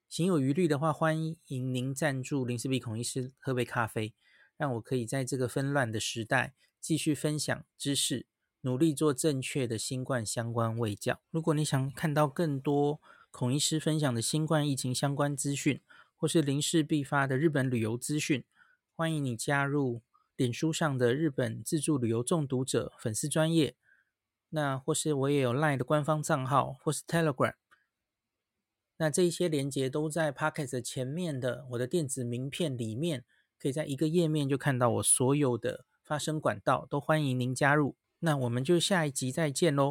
行有余力的话，欢迎您赞助林氏璧孔医师喝杯咖啡，让我可以在这个纷乱的时代继续分享知识，努力做正确的新冠相关卫教。如果你想看到更多孔医师分享的新冠疫情相关资讯，或是林氏璧发的日本旅游资讯，欢迎你加入脸书上的日本自助旅游中毒者粉丝专页，那或是我也有 LINE 的官方账号，或是 Telegram。那这一些连结都在 Podcast 前面的我的电子名片里面，可以在一个页面就看到我所有的发声管道，都欢迎您加入。那我们就下一集再见咯。